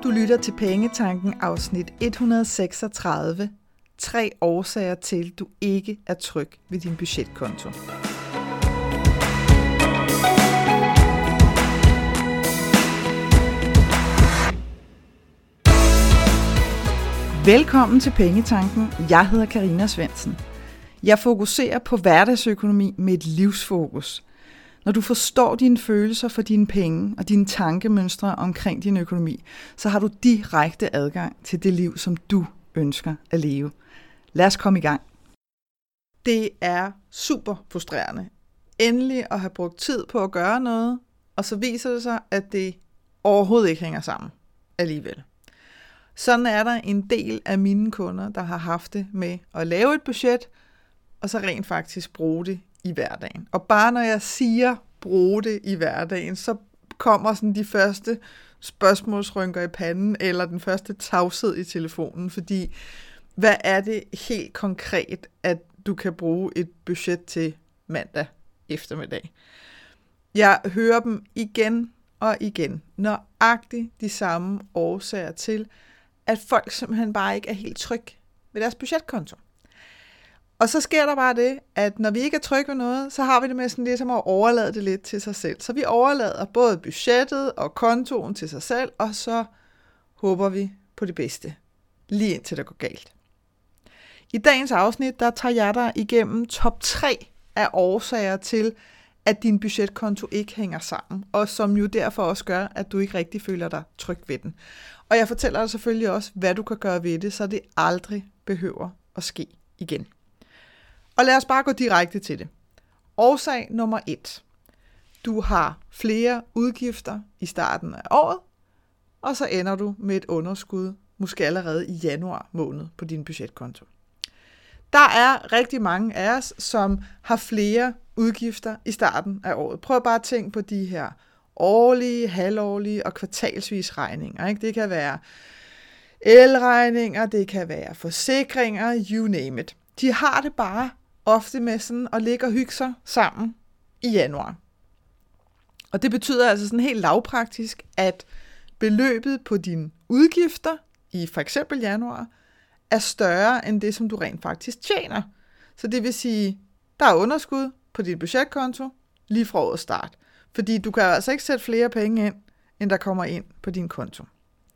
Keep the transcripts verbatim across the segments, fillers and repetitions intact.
Du lytter til Pengetanken afsnit et hundrede og seksogtredive. Tre årsager til, du ikke er tryg ved din budgetkonto. Velkommen til Pengetanken. Jeg hedder Karina Svendsen. Jeg fokuserer på hverdagsøkonomi med et livsfokus. Når du forstår dine følelser for dine penge og dine tankemønstre omkring din økonomi, så har du direkte adgang til det liv, som du ønsker at leve. Lad os komme i gang. Det er super frustrerende endelig at have brugt tid på at gøre noget, og så viser det sig, at det overhovedet ikke hænger sammen alligevel. Sådan er der en del af mine kunder, der har haft det med at lave et budget, og så rent faktisk bruge det i hverdagen. Og bare når jeg siger bruge det i hverdagen, så kommer sådan de første spørgsmålsrynker i panden, eller den første tavshed i telefonen, fordi hvad er det helt konkret, at du kan bruge et budget til mandag eftermiddag? Jeg hører dem igen og igen, nøjagtigt de samme årsager til, at folk simpelthen bare ikke er helt trygge ved deres budgetkonto. Og så sker der bare det, at når vi ikke er trygge ved noget, så har vi det med sådan lidt som at overlade det lidt til sig selv. Så vi overlader både budgettet og kontoen til sig selv, og så håber vi på det bedste, lige indtil det går galt. I dagens afsnit, der tager jeg dig igennem top tre af årsager til, at din budgetkonto ikke hænger sammen, og som jo derfor også gør, at du ikke rigtig føler dig tryg ved den. Og jeg fortæller dig selvfølgelig også, hvad du kan gøre ved det, så det aldrig behøver at ske igen. Og lad os bare gå direkte til det. Årsag nummer et. Du har flere udgifter i starten af året, og så ender du med et underskud, måske allerede i januar måned på din budgetkonto. Der er rigtig mange af os, som har flere udgifter i starten af året. Prøv bare at tænke på de her årlige, halvårlige og kvartalsvis regninger. Ikke? Det kan være elregninger, det kan være forsikringer, you name it. De har det bare ofte med sådan at ligge og hygge sig sammen i januar. Og det betyder altså sådan helt lavpraktisk, at beløbet på dine udgifter i for eksempel januar er større end det, som du rent faktisk tjener. Så det vil sige, der er underskud på din budgetkonto lige fra årets start. Fordi du kan altså ikke sætte flere penge ind, end der kommer ind på din konto.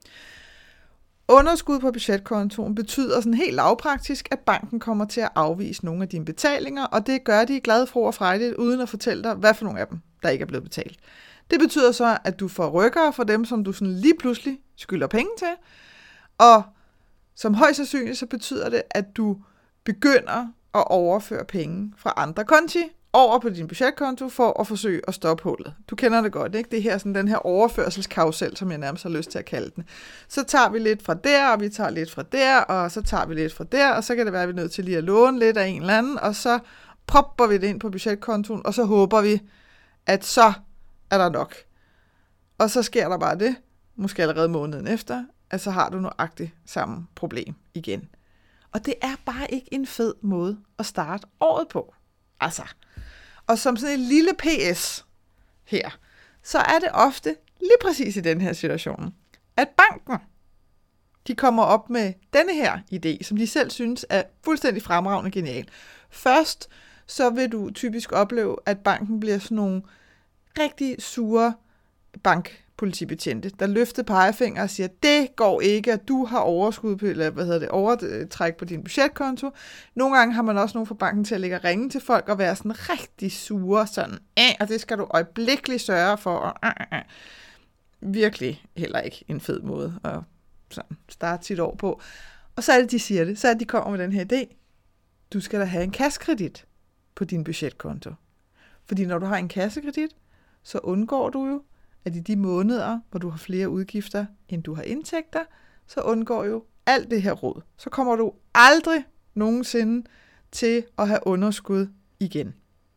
Underskud på budgetkontoen betyder sådan helt lavpraktisk, at banken kommer til at afvise nogle af dine betalinger, og det gør de glade for og frejdigt, uden at fortælle dig, hvad for nogle af dem, der ikke er blevet betalt. Det betyder så, at du får rykkere for dem, som du sådan lige pludselig skylder penge til, og som højst sandsynligt så betyder det, at du begynder at overføre penge fra andre konti over på din budgetkonto for at forsøge at stoppe hullet. Du kender det godt, ikke? Det her sådan den her overførselskarusel, som jeg nærmest har lyst til at kalde den. Så tager vi lidt fra der, og vi tager lidt fra der, og så tager vi lidt fra der, og så kan det være, at vi er nødt til lige at låne lidt af en eller anden, og så propper vi det ind på budgetkontoen, og så håber vi, at så er der nok. Og så sker der bare det, måske allerede måneden efter, at så har du nøjagtigt samme problem igen. Og det er bare ikke en fed måde at starte året på. Altså, og som sådan en lille P S her, så er det ofte lige præcis i den her situation, at banken, de kommer op med denne her idé, som de selv synes er fuldstændig fremragende genial. Først så vil du typisk opleve, at banken bliver sådan nogle rigtig sure bankpolitibetjente, der løfter pegefinger og siger, det går ikke, at du har overskud på, eller hvad hedder det, overtræk på din budgetkonto. Nogle gange har man også nogen fra banken til at lægge ringe til folk og være sådan rigtig sure, sådan, Æh, og det skal du øjeblikkeligt sørge for. Og, øh, øh. Virkelig heller ikke en fed måde at sådan, starte sit år på. Og så er det, de siger det, så er det, de kommer med den her idé. Du skal da have en kassekredit på din budgetkonto. Fordi når du har en kassekredit, så undgår du jo, at i de måneder, hvor du har flere udgifter, end du har indtægter, så undgår jo alt det her rod. Så kommer du aldrig nogensinde til at have underskud igen.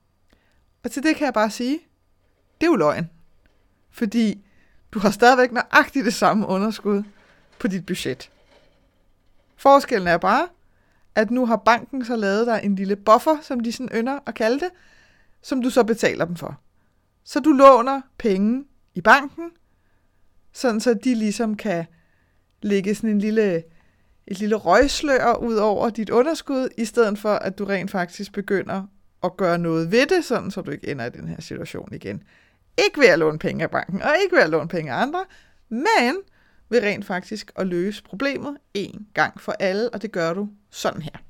Og til det kan jeg bare sige, det er jo løgn. Fordi du har stadigvæk nøjagtigt det samme underskud på dit budget. Forskellen er bare, at nu har banken så lavet dig en lille buffer, som de sådan ynder at kalde det, som du så betaler dem for. Så du låner penge i banken, sådan så de ligesom kan lægge sådan en lille, et lille røgslør ud over dit underskud, i stedet for, at du rent faktisk begynder at gøre noget ved det, sådan så du ikke ender i den her situation igen. Ikke ved at låne penge af banken, og ikke ved at låne penge af andre, men ved rent faktisk at løse problemet en gang for alle, og det gør du sådan her.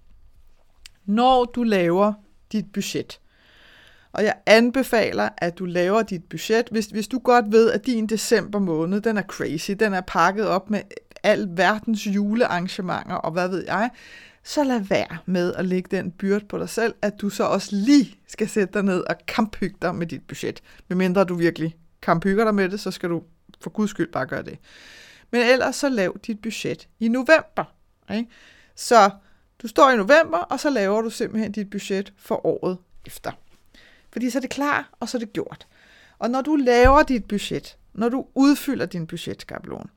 Når du laver dit budget, og jeg anbefaler, at du laver dit budget, hvis, hvis du godt ved, at din december måned, den er crazy, den er pakket op med al verdens julearrangementer, og hvad ved jeg, så lad være med at lægge den byrde på dig selv, at du så også lige skal sætte dig ned og kamphygge dig med dit budget. Medmindre du virkelig kamphygger dig med det, så skal du for guds skyld bare gøre det. Men ellers så lav dit budget i november. Ikke? Så du står i november, og så laver du simpelthen dit budget for året efter. Fordi så er det klar, og så er det gjort. Og når du laver dit budget, når du udfylder din budgetskabelon,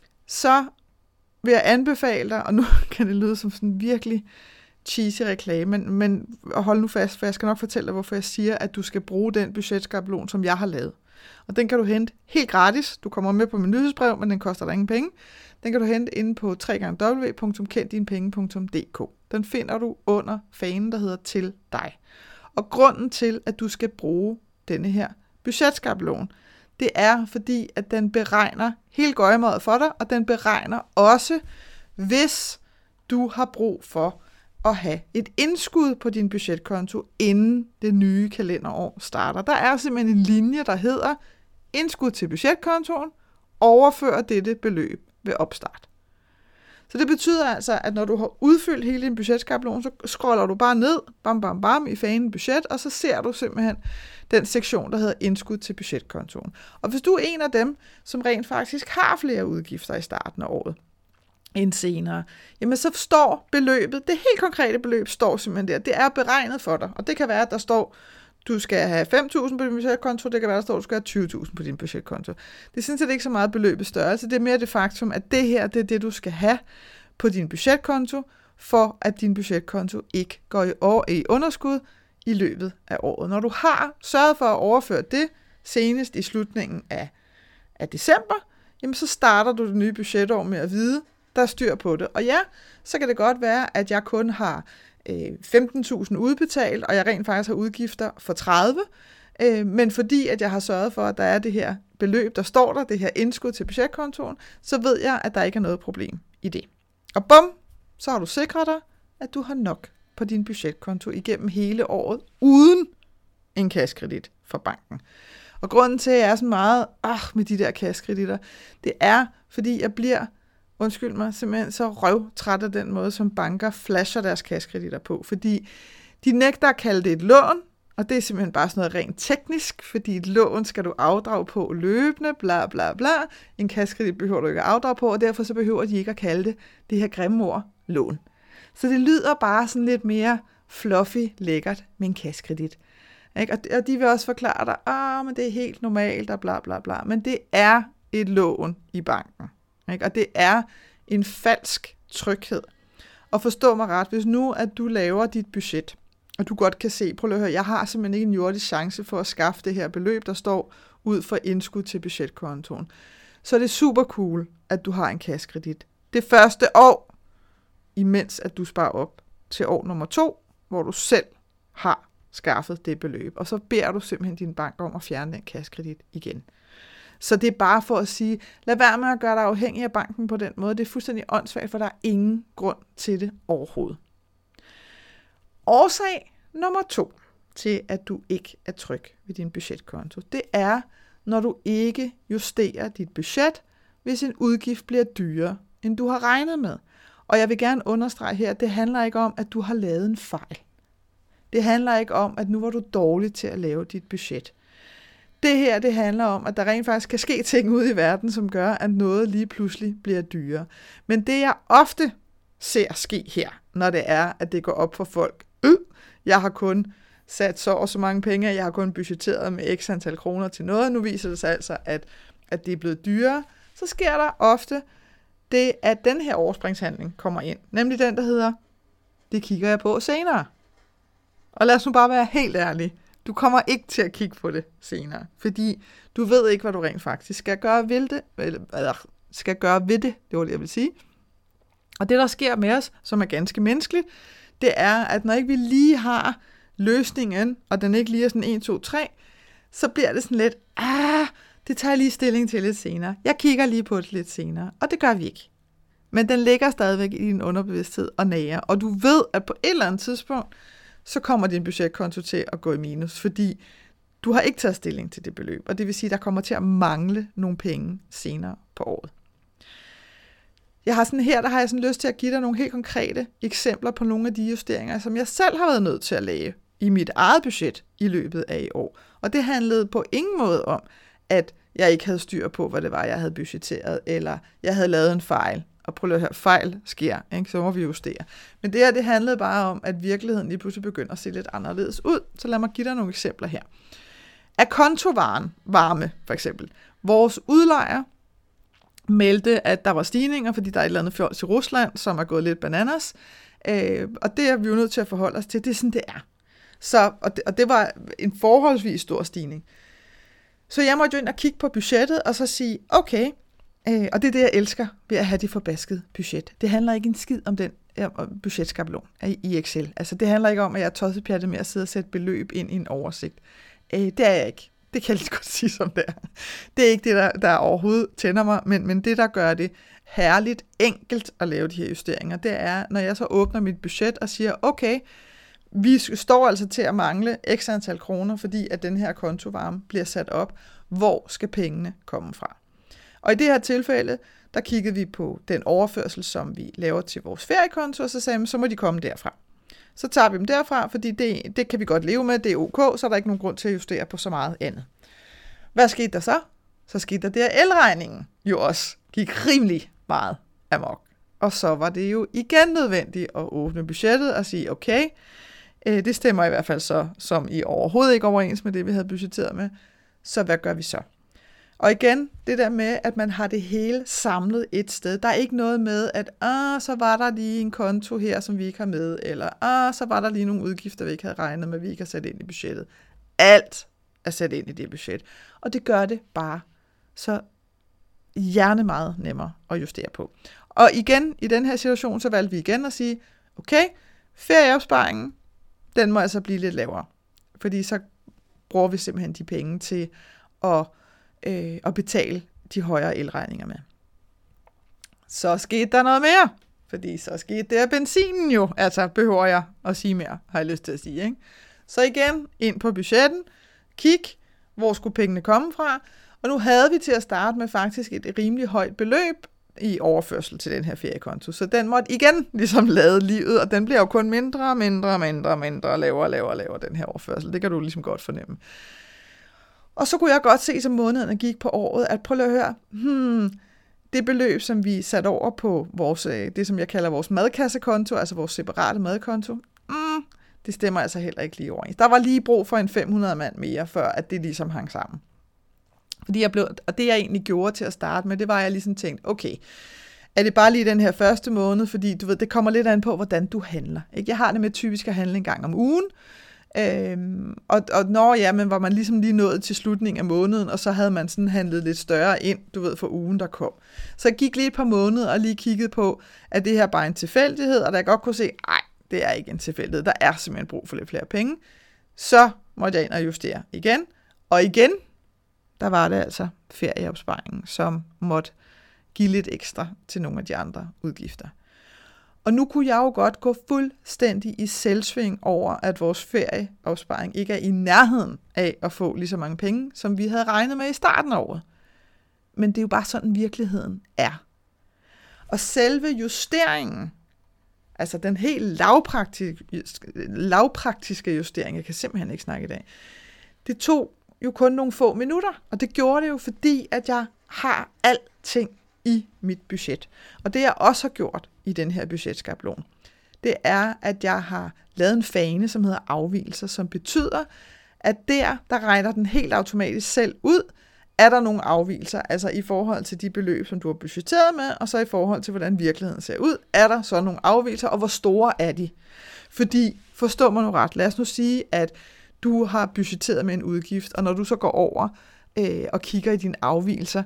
så vil jeg anbefale dig, og nu kan det lyde som sådan virkelig cheesy reklame, men, men hold nu fast, for jeg skal nok fortælle dig, hvorfor jeg siger, at du skal bruge den budgetskabelon, som jeg har lavet. Og den kan du hente helt gratis. Du kommer med på min nyhedsbrev, men den koster dig ingen penge. Den kan du hente inde på w w w punktum kend dine penge punktum d k. Den finder du under fanen, der hedder Til dig. Og grunden til, at du skal bruge denne her budgetskabelon, det er fordi, at den beregner hele gøjemåret for dig, og den beregner også, hvis du har brug for at have et indskud på din budgetkonto, inden det nye kalenderår starter. Der er simpelthen en linje, der hedder indskud til budgetkontoen, overfør dette beløb ved opstart. Så det betyder altså, at når du har udfyldt hele din budgetskabelon, så scroller du bare ned, bam bam bam, i fanen budget, og så ser du simpelthen den sektion, der hedder indskud til budgetkontoen. Og hvis du er en af dem, som rent faktisk har flere udgifter i starten af året end senere, jamen så står beløbet, det helt konkrete beløb står simpelthen der. Det er beregnet for dig, og det kan være, at der står, du skal have fem tusind på din budgetkonto, det kan være, der står, at du skal have tyve tusind på din budgetkonto. Det synes jeg ikke så meget beløbets størrelse, det er mere det faktum, at det her, det er det, du skal have på din budgetkonto, for at din budgetkonto ikke går i, år, i underskud i løbet af året. Når du har sørget for at overføre det senest i slutningen af, af december, jamen så starter du det nye budgetår med at vide, der er styr på det. Og ja, så kan det godt være, at jeg kun har femten tusind udbetalt, og jeg rent faktisk har udgifter for tredive, øh, men fordi at jeg har sørget for, at der er det her beløb, der står der, det her indskud til budgetkontoen, så ved jeg, at der ikke er noget problem i det. Og bum, så har du sikret dig, at du har nok på din budgetkonto igennem hele året, uden en kassekredit fra banken. Og grunden til, at jeg er så meget ah, med de der kassekreditter, det er, fordi jeg bliver undskyld mig, simpelthen så røvtræt af den måde, som banker flasher deres kassekreditter på, fordi de nægter at kalde det et lån, og det er simpelthen bare sådan noget rent teknisk, fordi et lån skal du afdrage på løbende, bla bla bla. En kassekredit behøver du ikke at afdrage på, og derfor så behøver de ikke at kalde det det her grimme ord lån. Så det lyder bare sådan lidt mere fluffy, lækkert med en kassekredit. Og de vil også forklare dig, ah, men det er helt normalt, og bla bla bla, men det er et lån i banken. Og det er en falsk tryghed. Og forstå mig ret, hvis nu, at du laver dit budget, og du godt kan se, prøv at høre, jeg har simpelthen ikke en jordisk chance for at skaffe det her beløb, der står ud for indskud til budgetkontoen. Så er det super cool, at du har en kassekredit. Det første år, imens at du sparer op til år nummer to, hvor du selv har skaffet det beløb. Og så beder du simpelthen din bank om at fjerne den kassekredit igen. Så det er bare for at sige, lad være med at gøre dig afhængig af banken på den måde. Det er fuldstændig åndssvagt, for der er ingen grund til det overhovedet. Årsag nummer to til, at du ikke er tryg ved din budgetkonto, det er, når du ikke justerer dit budget, hvis en udgift bliver dyrere, end du har regnet med. Og jeg vil gerne understrege her, at det handler ikke om, at du har lavet en fejl. Det handler ikke om, at nu var du dårlig til at lave dit budget. Det her, det handler om, at der rent faktisk kan ske ting ude i verden, som gør, at noget lige pludselig bliver dyrere. Men det, jeg ofte ser ske her, når det er, at det går op for folk, øh, jeg har kun sat så og så mange penge, jeg har kun budgetteret med x antal kroner til noget, nu viser det sig altså, at, at det er blevet dyrere, så sker der ofte det, at den her overspringshandling kommer ind. Nemlig den, der hedder, det kigger jeg på senere. Og lad os nu bare være helt ærlige. Du kommer ikke til at kigge på det senere, fordi du ved ikke, hvad du rent faktisk skal gøre ved det, eller, eller skal gøre ved det, det var det, jeg vil sige. Og det, der sker med os, som er ganske menneskeligt, det er, at når ikke vi lige har løsningen, og den ikke lige er sådan en, to, tre, så bliver det sådan lidt, ah, det tager jeg lige stilling til lidt senere. Jeg kigger lige på det lidt senere, og det gør vi ikke. Men den ligger stadigvæk i din underbevidsthed og nager, og du ved, at på et eller andet tidspunkt, så kommer din budgetkonto til at gå i minus, fordi du har ikke taget stilling til det beløb, og det vil sige, at der kommer til at mangle nogle penge senere på året. Jeg har sådan her, der har jeg sådan lyst til at give dig nogle helt konkrete eksempler på nogle af de justeringer, som jeg selv har været nødt til at lave i mit eget budget i løbet af i år. Og det handlede på ingen måde om, at jeg ikke havde styr på, hvad det var, jeg havde budgetteret, eller jeg havde lavet en fejl. Og prøv at høre, fejl sker, ikke? Så må vi justere. Men det her, det handlede bare om, at virkeligheden lige pludselig begynder at se lidt anderledes ud. Så lad mig give dig nogle eksempler her. Af kontovaren varme, for eksempel. Vores udlejer meldte, at der var stigninger, fordi der er et eller andet fjols i Rusland, som er gået lidt bananas. Øh, og det er vi jo nødt til at forholde os til. Det er sådan, det er. Så, og, det, og det var en forholdsvis stor stigning. Så jeg måtte jo ind og kigge på budgettet, og så sige, okay, øh, og det er det, jeg elsker ved at have det forbaskede budget. Det handler ikke en skid om den øh, budgetskabelon i Excel. Altså det handler ikke om, at jeg er tossepjattet med at sidde og sætte beløb ind i en oversigt. Øh, det er jeg ikke. Det kan jeg lige godt sige, som det er. Det er ikke det, der, der overhovedet tænder mig, men, men det, der gør det herligt enkelt at lave de her justeringer, det er, når jeg så åbner mit budget og siger, okay, vi står altså til at mangle x antal kroner, fordi at den her kontovarme bliver sat op. Hvor skal pengene komme fra? Og i det her tilfælde, der kiggede vi på den overførsel, som vi laver til vores feriekonto, og så sagde vi, så må de komme derfra. Så tager vi dem derfra, fordi det, det kan vi godt leve med, det er ok, så er der ikke nogen grund til at justere på så meget andet. Hvad skete der så? Så skete der det, at elregningen jo også gik rimelig meget amok. Og så var det jo igen nødvendigt at åbne budgettet og sige, okay, det stemmer i hvert fald så, som i overhovedet ikke overens med det, vi havde budgetteret med. Så hvad gør vi så? Og igen, det der med, at man har det hele samlet et sted. Der er ikke noget med, at ah, så var der lige en konto her, som vi ikke har med, eller ah, så var der lige nogle udgifter, vi ikke havde regnet med, vi ikke har sat ind i budgettet. Alt er sat ind i det budget. Og det gør det bare så hjerne meget nemmere at justere på. Og igen, i den her situation, så valgte vi igen at sige, okay, ferieopsparingen, den må altså blive lidt lavere. Fordi så bruger vi simpelthen de penge til at, øh, at betale de højere elregninger med. Så skete der noget mere. Fordi så skete det af benzinen jo. Altså behøver jeg at sige mere, har jeg lyst til at sige. Ikke? Så igen, ind på budgetten. Kig, hvor skulle pengene komme fra. Og nu havde vi til at starte med faktisk et rimelig højt beløb i overførsel til den her feriekonto. Så den måtte igen ligesom lade livet, og den bliver jo kun mindre, mindre, mindre, mindre, lavere, lavere, lavere, den her overførsel. Det kan du ligesom godt fornemme. Og så kunne jeg godt se, som månederne gik på året, at prøv at høre, hmm, det beløb, som vi satte over på vores, det, som jeg kalder vores madkassekonto, altså vores separate madkonto, mm, det stemmer altså heller ikke lige overens. Der var lige brug for en fem hundrede mand mere, før at det ligesom hang sammen. Fordi jeg blev, og det jeg egentlig gjorde til at starte med, det var, at jeg ligesom tænkte, okay, er det bare lige den her første måned, fordi du ved, det kommer lidt an på, hvordan du handler. Ikke? Jeg har det med typisk at handle en gang om ugen, øhm, og, og når ja, men var man ligesom lige nået til slutningen af måneden, og så havde man sådan handlet lidt større ind, du ved, for ugen, der kom. Så jeg gik lige et par måneder og lige kiggede på, at det her bare en tilfældighed, og da jeg godt kunne se, nej, det er ikke en tilfældighed, der er simpelthen brug for lidt flere penge, så måtte jeg ind og justere igen, og igen, der var det altså ferieopsparingen, som måtte give lidt ekstra til nogle af de andre udgifter. Og nu kunne jeg jo godt gå fuldstændig i selvsving over, at vores ferieopsparing ikke er i nærheden af at få lige så mange penge, som vi havde regnet med i starten af året. Men det er jo bare sådan, virkeligheden er. Og selve justeringen, altså den helt lavpraktiske, lavpraktiske justering, jeg kan simpelthen ikke snakke i dag, det tog jo kun nogle få minutter, og det gjorde det jo, fordi at jeg har alting i mit budget. Og det jeg også har gjort i den her budgetskabelon, det er, at jeg har lavet en fane, som hedder afvigelser, som betyder, at der, der regner den helt automatisk selv ud, er der nogle afvigelser, altså i forhold til de beløb, som du har budgetteret med, og så i forhold til, hvordan virkeligheden ser ud, er der så nogle afvigelser, og hvor store er de? Fordi, forstår man nu ret, lad os nu sige, at du har budgetteret med en udgift, og når du så går over øh, og kigger i dine afvigelser,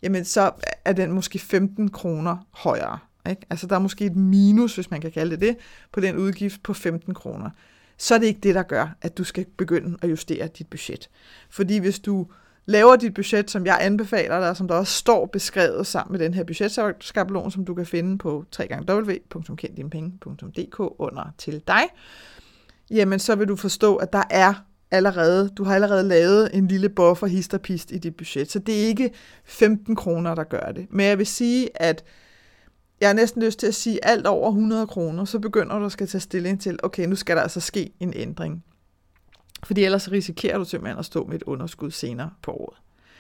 jamen så er den måske femten kroner højere. Ikke? Altså der er måske et minus, hvis man kan kalde det det, på den udgift på femten kroner. Så er det ikke det, der gør, at du skal begynde at justere dit budget. Fordi hvis du laver dit budget, som jeg anbefaler dig, som der også står beskrevet sammen med den her budgetskabelon, som du kan finde på w w w punktum kend dine penge punktum d k under til dig, jamen så vil du forstå, at der er allerede, du har allerede lavet en lille buffer hist og pist i dit budget. Så det er ikke femten kroner, der gør det. Men jeg vil sige, at jeg har næsten lyst til at sige, alt over hundrede kroner, så begynder du at skal tage stilling til, okay, nu skal der altså ske en ændring. Fordi ellers risikerer du simpelthen at stå med et underskud senere på året.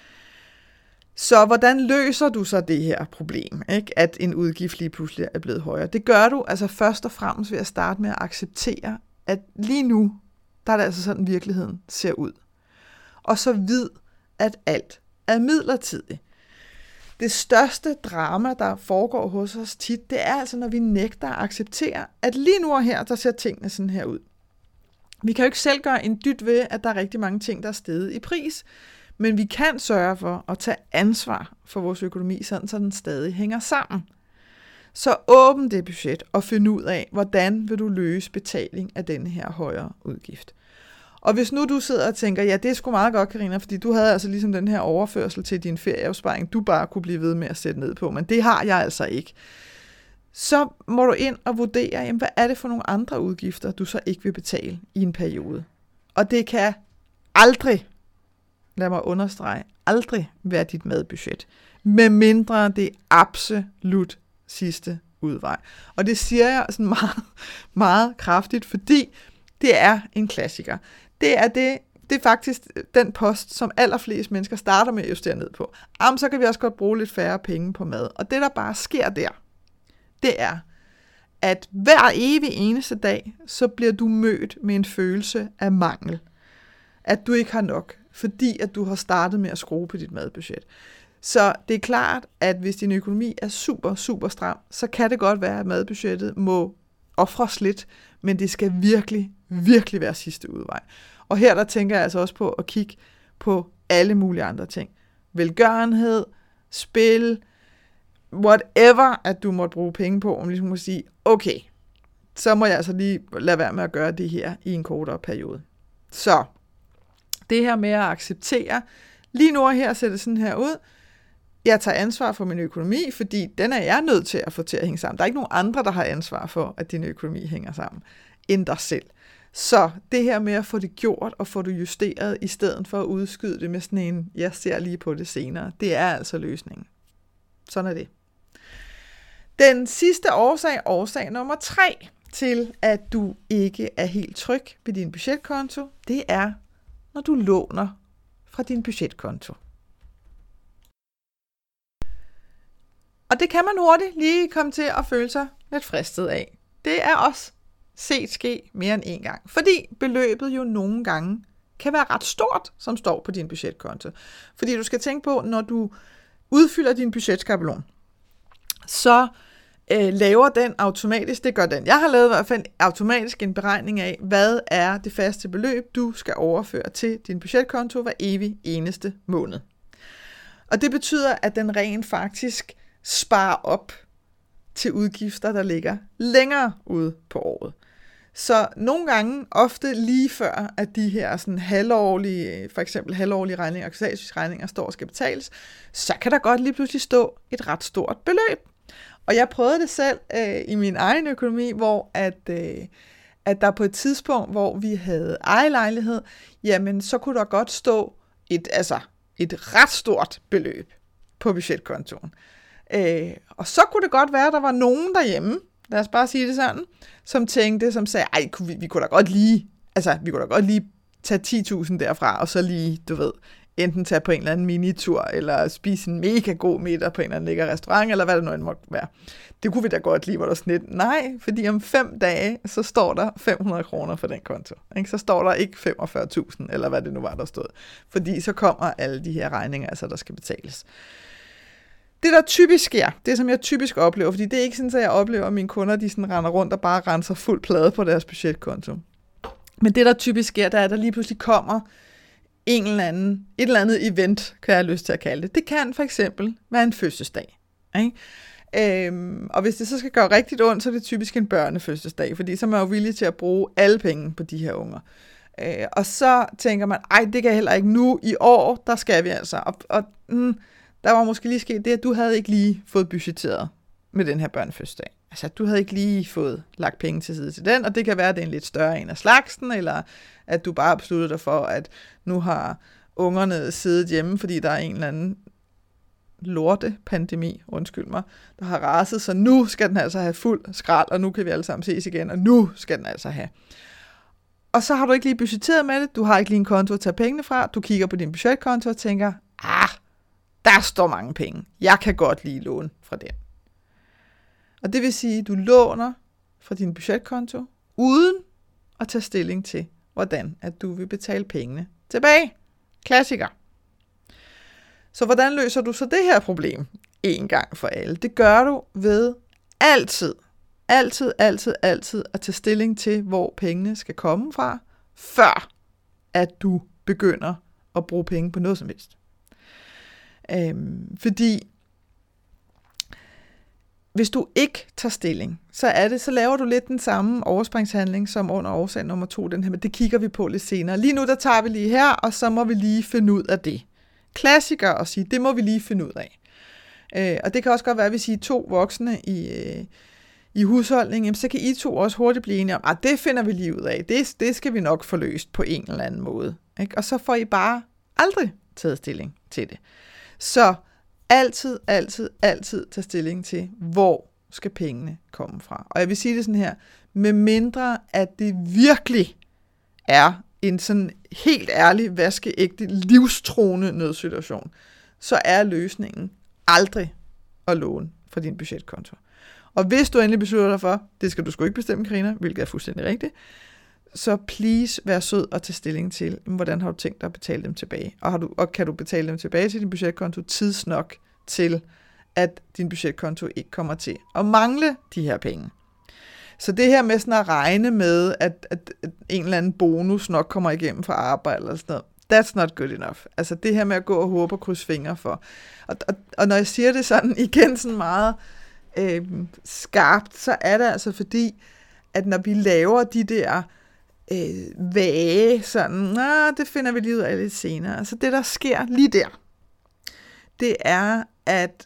Så hvordan løser du så det her problem, ikke? At en udgift lige pludselig er blevet højere? Det gør du altså først og fremmest ved at starte med at acceptere, at lige nu, der er det altså sådan, virkeligheden ser ud. Og så vid, at alt er midlertidigt. Det største drama, der foregår hos os tit, det er altså, når vi nægter at acceptere, at lige nu og her, der ser tingene sådan her ud. Vi kan jo ikke selv gøre en dyt ved, at der er rigtig mange ting, der er steget i pris, men vi kan sørge for at tage ansvar for vores økonomi, sådan så den stadig hænger sammen. Så åbn det budget og find ud af, hvordan vil du løse betaling af denne her højere udgift. Og hvis nu du sidder og tænker, ja, det er sgu meget godt, Karina, fordi du havde altså ligesom den her overførsel til din ferieopsparing, du bare kunne blive ved med at sætte ned på, men det har jeg altså ikke. Så må du ind og vurdere, jamen, hvad er det for nogle andre udgifter, du så ikke vil betale i en periode. Og det kan aldrig, lad mig understrege, aldrig være dit madbudget, med mindre det er absolut sidste udvej. Og det siger jeg sådan meget, meget kraftigt, fordi det er en klassiker. Det er, det, det er faktisk den post, som allerflest mennesker starter med at justere ned på. Jamen, så kan vi også godt bruge lidt færre penge på mad. Og det, der bare sker der, det er, at hver evig eneste dag, så bliver du mødt med en følelse af mangel. At du ikke har nok, fordi at du har startet med at skrue på dit madbudget. Så det er klart, at hvis din økonomi er super, super stram, så kan det godt være, at madbudgettet må ofres lidt, men det skal virkelig, virkelig være sidste udvej. Og her der tænker jeg altså også på at kigge på alle mulige andre ting. Velgørenhed, spil, whatever, at du måtte bruge penge på, om ligesom må sige, okay, så må jeg altså lige lade være med at gøre det her i en kortere periode. Så det her med at acceptere, lige nu og her ser det sådan her ud, jeg tager ansvar for min økonomi, fordi den er jeg nødt til at få til at hænge sammen. Der er ikke nogen andre, der har ansvar for, at din økonomi hænger sammen, end dig selv. Så det her med at få det gjort og få det justeret, i stedet for at udskyde det med sådan en, jeg ser lige på det senere, det er altså løsningen. Sådan er det. Den sidste årsag, årsag nummer tre, til at du ikke er helt tryg ved din budgetkonto, det er, når du låner fra din budgetkonto. Og det kan man hurtigt lige komme til at føle sig lidt fristet af. Det er også set ske mere end en gang. Fordi beløbet jo nogle gange kan være ret stort, som står på din budgetkonto. Fordi du skal tænke på, når du udfylder din budgetskabelon, så øh, laver den automatisk, det gør den. Jeg har lavet i hvert fald automatisk en beregning af, hvad er det faste beløb, du skal overføre til din budgetkonto hver evig eneste måned. Og det betyder, at den rent faktisk sparer op til udgifter, der ligger længere ude på året. Så nogle gange, ofte lige før, at de her sådan halvårlige, for eksempel halvårlige regninger og kvartalsregninger står og skal betales, så kan der godt lige pludselig stå et ret stort beløb. Og jeg prøvede det selv øh, i min egen økonomi, hvor at, øh, at der på et tidspunkt, hvor vi havde ejerlejlighed, jamen så kunne der godt stå et, altså et ret stort beløb på budgetkontoen. Øh, og så kunne det godt være, at der var nogen derhjemme, lad os bare sige det sådan, som tænkte, som sagde, ej, vi, vi kunne da godt lige, altså, vi kunne da godt lige tage ti tusind derfra, og så lige, du ved, enten tage på en eller anden minitur, eller spise en mega god middag på en eller anden lækker restaurant, eller hvad det nu end måtte være. Det kunne vi da godt lige, hvor der snit. Nej, fordi om fem dage, så står der fem hundrede kroner for den konto. Ikke? Så står der ikke femogfyrre tusind, eller hvad det nu var, der stod. Fordi så kommer alle de her regninger, altså, der skal betales. Det, der typisk sker, det som jeg typisk oplever, fordi det er ikke sådan, at jeg oplever, at mine kunder, de sådan render rundt og bare renser fuld plade på deres budgetkonto. Men det, der typisk sker, der er, at der lige pludselig kommer en eller anden, et eller andet event, kan jeg have lyst til at kalde det. Det kan for eksempel være en fødselsdag. Ikke? Øhm, og hvis det så skal gøre rigtigt ondt, så er det typisk en børnefødselsdag, fordi så er man jo villig til at bruge alle penge på de her unger. Øh, og så tænker man, ej, det kan heller ikke nu i år, der skal vi altså. Og, og mm, der var måske lige sket det, at du havde ikke lige fået budgetteret med den her børnefødselsdag. Altså, du havde ikke lige fået lagt penge til side til den, og det kan være, at det er en lidt større en af slagsen, eller at du bare har besluttet dig for, at nu har ungerne siddet hjemme, fordi der er en eller anden lortepandemi, undskyld mig, der har raset, så nu skal den altså have fuld skrald, og nu kan vi alle sammen ses igen, og nu skal den altså have. Og så har du ikke lige budgetteret med det, du har ikke lige en konto at tage pengene fra, du kigger på din budgetkonto og tænker, ah, der står mange penge, jeg kan godt lige låne fra den. Og det vil sige, at du låner fra din budgetkonto, uden at tage stilling til, hvordan at du vil betale pengene tilbage. Klassiker. Så hvordan løser du så det her problem en gang for alle? Det gør du ved altid, altid, altid, altid at tage stilling til, hvor pengene skal komme fra, før at du begynder at bruge penge på noget som helst. Øhm, fordi hvis du ikke tager stilling, så er det, så laver du lidt den samme overspringshandling som under årsag nummer to, den her, men det kigger vi på lidt senere. Lige nu, der tager vi lige her, og så må vi lige finde ud af det. Klassiker at sige, det må vi lige finde ud af. Øh, og det kan også godt være, at hvis I er to voksne i, øh, i husholdning, jamen, så kan I to også hurtigt blive enige om, at det finder vi lige ud af. Det, det skal vi nok få løst på en eller anden måde. Ikke? Og så får I bare aldrig taget stilling til det. Så altid, altid, altid tage stilling til, hvor skal pengene komme fra. Og jeg vil sige det sådan her, med mindre at det virkelig er en sådan helt ærlig, vaskeægte, livstruende nødsituation, så er løsningen aldrig at låne fra din budgetkonto. Og hvis du endelig beslutter dig for, det skal du sgu ikke bestemme, Karina, hvilket er fuldstændig rigtigt, så please vær sød og tage stilling til, hvordan har du tænkt dig at betale dem tilbage. Og, har du, og kan du betale dem tilbage til din budgetkonto tidsnok til, at din budgetkonto ikke kommer til at mangle de her penge. Så det her med sådan at regne med, at, at, at en eller anden bonus nok kommer igennem fra arbejde eller sådan noget, that's not good enough. Altså det her med at gå og håbe og krydse fingre for. Og, og, og når jeg siger det sådan igen sådan meget øh, skarpt, så er det altså fordi, at når vi laver de der øh, vage, sådan, nah, det finder vi lige ud af lidt senere. Altså det, der sker lige der, det er, at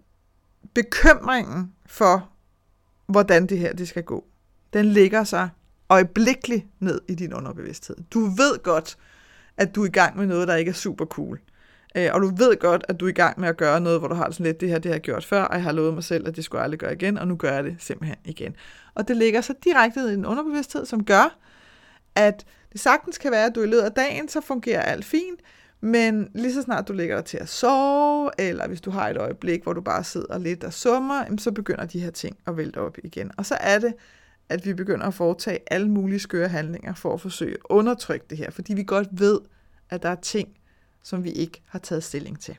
bekymringen for, hvordan det her det skal gå, den ligger sig øjeblikkeligt ned i din underbevidsthed. Du ved godt, at du er i gang med noget, der ikke er super cool. Og du ved godt, at du er i gang med at gøre noget, hvor du har sådan lidt, det her, det har jeg gjort før, og jeg har lovet mig selv, at det skulle jeg aldrig gøre igen, og nu gør jeg det simpelthen igen. Og det ligger så direkte i din underbevidsthed, som gør, at det sagtens kan være, at du i løbet af dagen, så fungerer alt fint, men lige så snart du ligger dig til at sove, eller hvis du har et øjeblik, hvor du bare sidder lidt og summer, så begynder de her ting at vælte op igen. Og så er det, at vi begynder at foretage alle mulige skøre handlinger for at forsøge at undertrykke det her, fordi vi godt ved, at der er ting, som vi ikke har taget stilling til.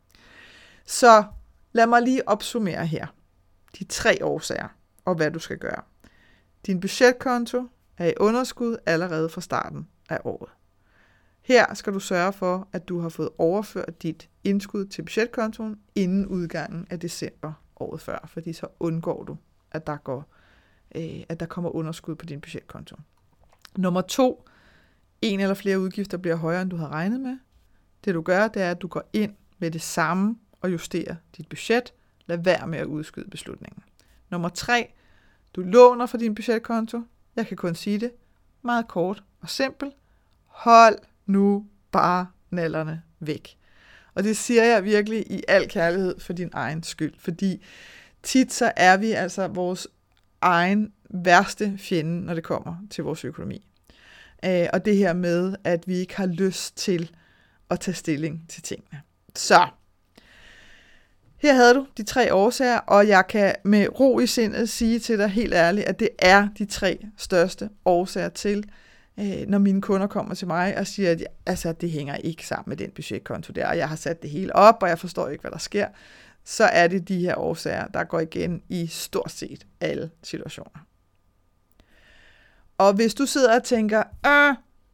Så lad mig lige opsummere her de tre årsager, og hvad du skal gøre. Din budgetkonto er i underskud allerede fra starten af året. Her skal du sørge for, at du har fået overført dit indskud til budgetkontoen inden udgangen af december året før, fordi så undgår du, at der, går, øh, at der kommer underskud på din budgetkonto. Nummer to, en eller flere udgifter bliver højere, end du har regnet med. Det du gør, det er, at du går ind med det samme og justerer dit budget. Lad være med at udskyde beslutningen. Nummer tre, du låner fra din budgetkonto. Jeg kan kun sige det meget kort og simpelt. Hold nu bare nallerne væk. Og det siger jeg virkelig i al kærlighed for din egen skyld, fordi tit så er vi altså vores egen værste fjende, når det kommer til vores økonomi. Og det her med, at vi ikke har lyst til at tage stilling til tingene. Så, her havde du de tre årsager, og jeg kan med ro i sindet sige til dig helt ærligt, at det er de tre største årsager til, når mine kunder kommer til mig og siger, at altså, det hænger ikke sammen med den budgetkonto der, og jeg har sat det hele op, og jeg forstår ikke, hvad der sker, så er det de her årsager, der går igen i stort set alle situationer. Og hvis du sidder og tænker, øh,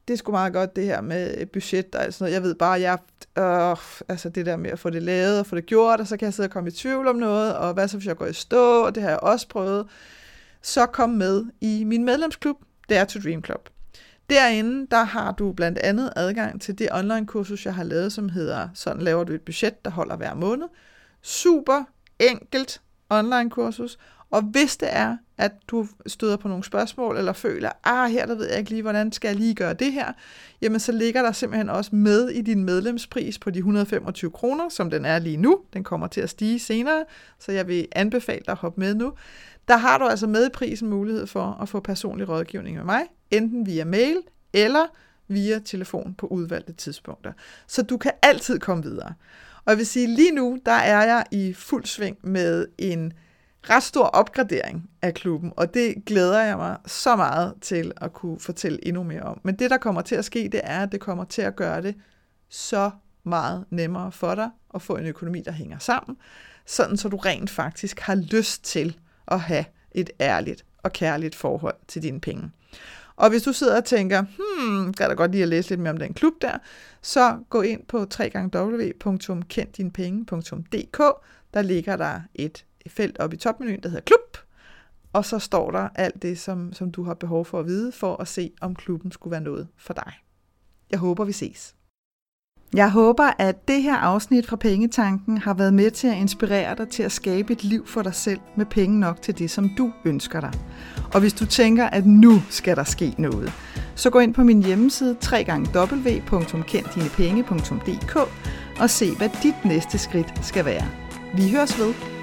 det er sgu meget godt det her med budget og sådan noget. Jeg ved bare, jeg øh, altså det der med at få det lavet og få det gjort, og så kan jeg sidde og komme i tvivl om noget, og hvad så hvis jeg går i stå, og det har jeg også prøvet. Så kom med i min medlemsklub, Dare to Dream Club. Derinde, der har du blandt andet adgang til det online-kursus, jeg har lavet, som hedder Sådan laver du et budget, der holder hver måned. Super enkelt online-kursus. Og hvis det er, at du støder på nogle spørgsmål, eller føler, ah, her der ved jeg ikke lige, hvordan skal jeg lige gøre det her, jamen så ligger der simpelthen også med i din medlemspris på de et hundrede og femogtyve kroner, som den er lige nu. Den kommer til at stige senere, så jeg vil anbefale dig at hoppe med nu. Der har du altså med i prisen mulighed for at få personlig rådgivning med mig, enten via mail eller via telefon på udvalgte tidspunkter. Så du kan altid komme videre. Og jeg vil sige, lige nu, der er jeg i fuld sving med en ret stor opgradering af klubben, og det glæder jeg mig så meget til at kunne fortælle endnu mere om. Men det, der kommer til at ske, det er, at det kommer til at gøre det så meget nemmere for dig at få en økonomi, der hænger sammen, sådan så du rent faktisk har lyst til at have et ærligt og kærligt forhold til dine penge. Og hvis du sidder og tænker, hmm, kan jeg da godt lige at læse lidt mere om den klub der, så gå ind på w w w punktum kend dine penge punktum d k. Der ligger der et felt oppe i topmenuen, der hedder klub, og så står der alt det, som, som du har behov for at vide, for at se, om klubben skulle være noget for dig. Jeg håber, vi ses. Jeg håber, at det her afsnit fra Pengetanken har været med til at inspirere dig til at skabe et liv for dig selv med penge nok til det, som du ønsker dig. Og hvis du tænker, at nu skal der ske noget, så gå ind på min hjemmeside w w w punktum kend dine penge punktum d k og se, hvad dit næste skridt skal være. Vi høres ved.